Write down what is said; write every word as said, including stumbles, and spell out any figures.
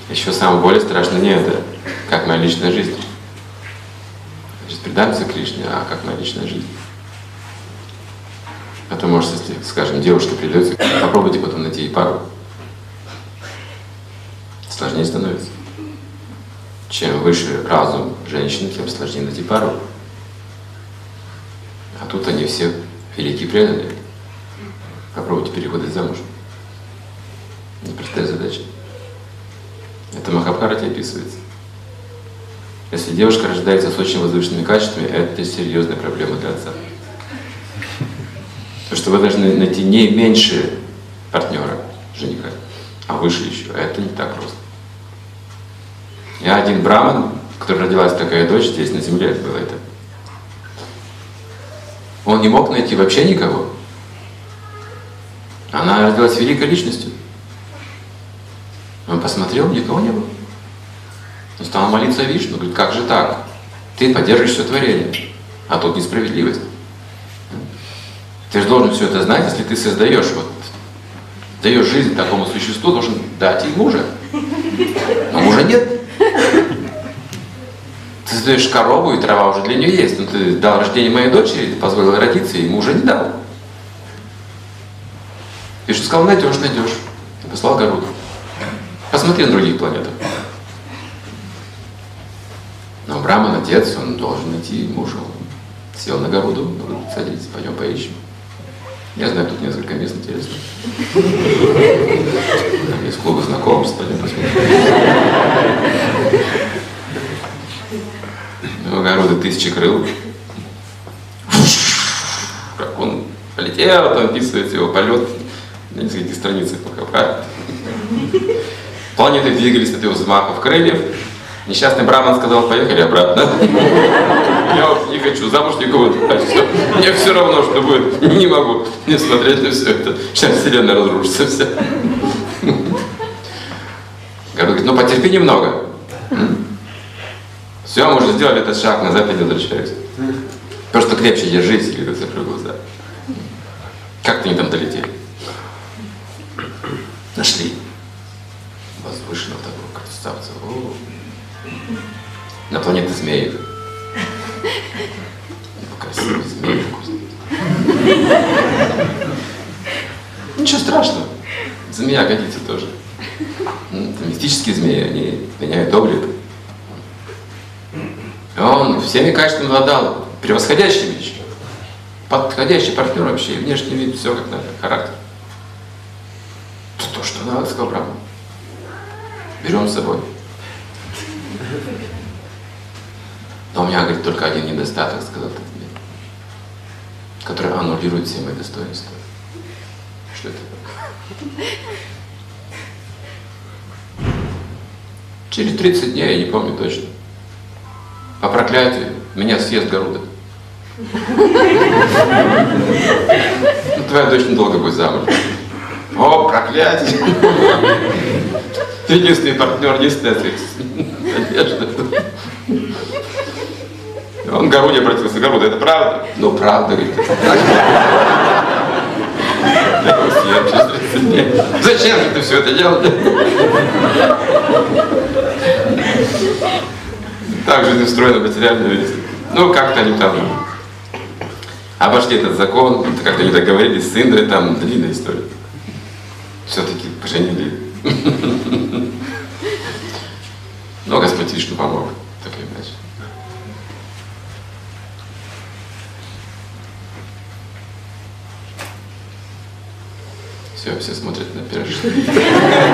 Еще самое более страшное не это, как моя личная жизнь. Значит, предамся Кришне, а как моя личная жизнь. А то, может, если, скажем, девушка придется, попробуйте потом найти ей пару. Сложнее становится. Чем выше разум женщины, тем сложнее найти пару. А тут они все великие преданные. Попробуйте переходить замуж. Непростая задача. Это в Махабхарате описывается. Если девушка рождается с очень возвышенными качествами, это серьезная проблема для отца. Потому что вы должны найти не меньше партнера, жениха, а выше еще. А это не так просто. Я один браман, у которого родилась такая дочь, здесь на земле было это. Он не мог найти вообще никого. Она родилась великой личностью. Он посмотрел, никого не было. Он стал молиться Вишну, говорит, как же так? Ты поддерживаешь все творение, а тут несправедливость. Ты же должен все это знать, если ты создаешь, вот, даешь жизнь такому существу, должен дать ей мужа. Но мужа нет. Ты создаешь корову, и трава уже для нее есть. Но ты дал рождение моей дочери, ты позволил родиться, и мужа не дал. Вишну сказал, найдешь, найдешь. И послал Гаруду. Посмотри на других планетах. Но Браман, отец, он должен найти мужа. Он сел на Гаруду, говорит, садись, пойдем поищем. Я знаю, тут несколько мест интересных. Там есть клубы знакомств, пойдем посмотрим. Ну, Гаруда тысячи крыл. Как он полетел, там описывается его полет на нескольких страницах Махабхараты. Планеты двигались от его взмахов крыльев. Несчастный Браман сказал, поехали обратно. Я вот не хочу замуж никого. Все. Мне все равно, что будет. Не могу не смотреть на все это. Сейчас вселенная разрушится вся. Гаруда говорит, ну потерпи немного. Все, мы уже сделали этот шаг, назад я не возвращаюсь. Просто крепче держись, или ты закрой глаза. Как-то они там долетели. Нашли возвышенного такого красавца. О, на планете змеев. Красивый змей. Ничего страшного. Змея годится тоже. Это мистические змеи, они меняют облик. Он всеми качествами обладал, превосходящими еще. Подходящий партнер вообще, внешний вид, все как надо, характер. То, что надо, сказал Браман. Берем с собой. Но у меня, говорит, только один недостаток, сказал этот змей, который аннулирует все мои достоинства. Что это? Через тридцать дней, я не помню точно, по проклятию меня съест Гаруда. Ну, твоя дочь недолго будет замуж. О, проклятие! Единственный партнер, единственная надежда. Он к Гаруде обратился. Гаруда, это правда? Ну, правда, говорит. Зачем же ты все это делал? Так жизнь устроена материально. Ну, как-то они там обошли этот закон, как-то они договорились с Индрой, там длинная история. Все-таки поженили. Но Господь Вишну помог, так или иначе. Все, все смотрят на пирожки.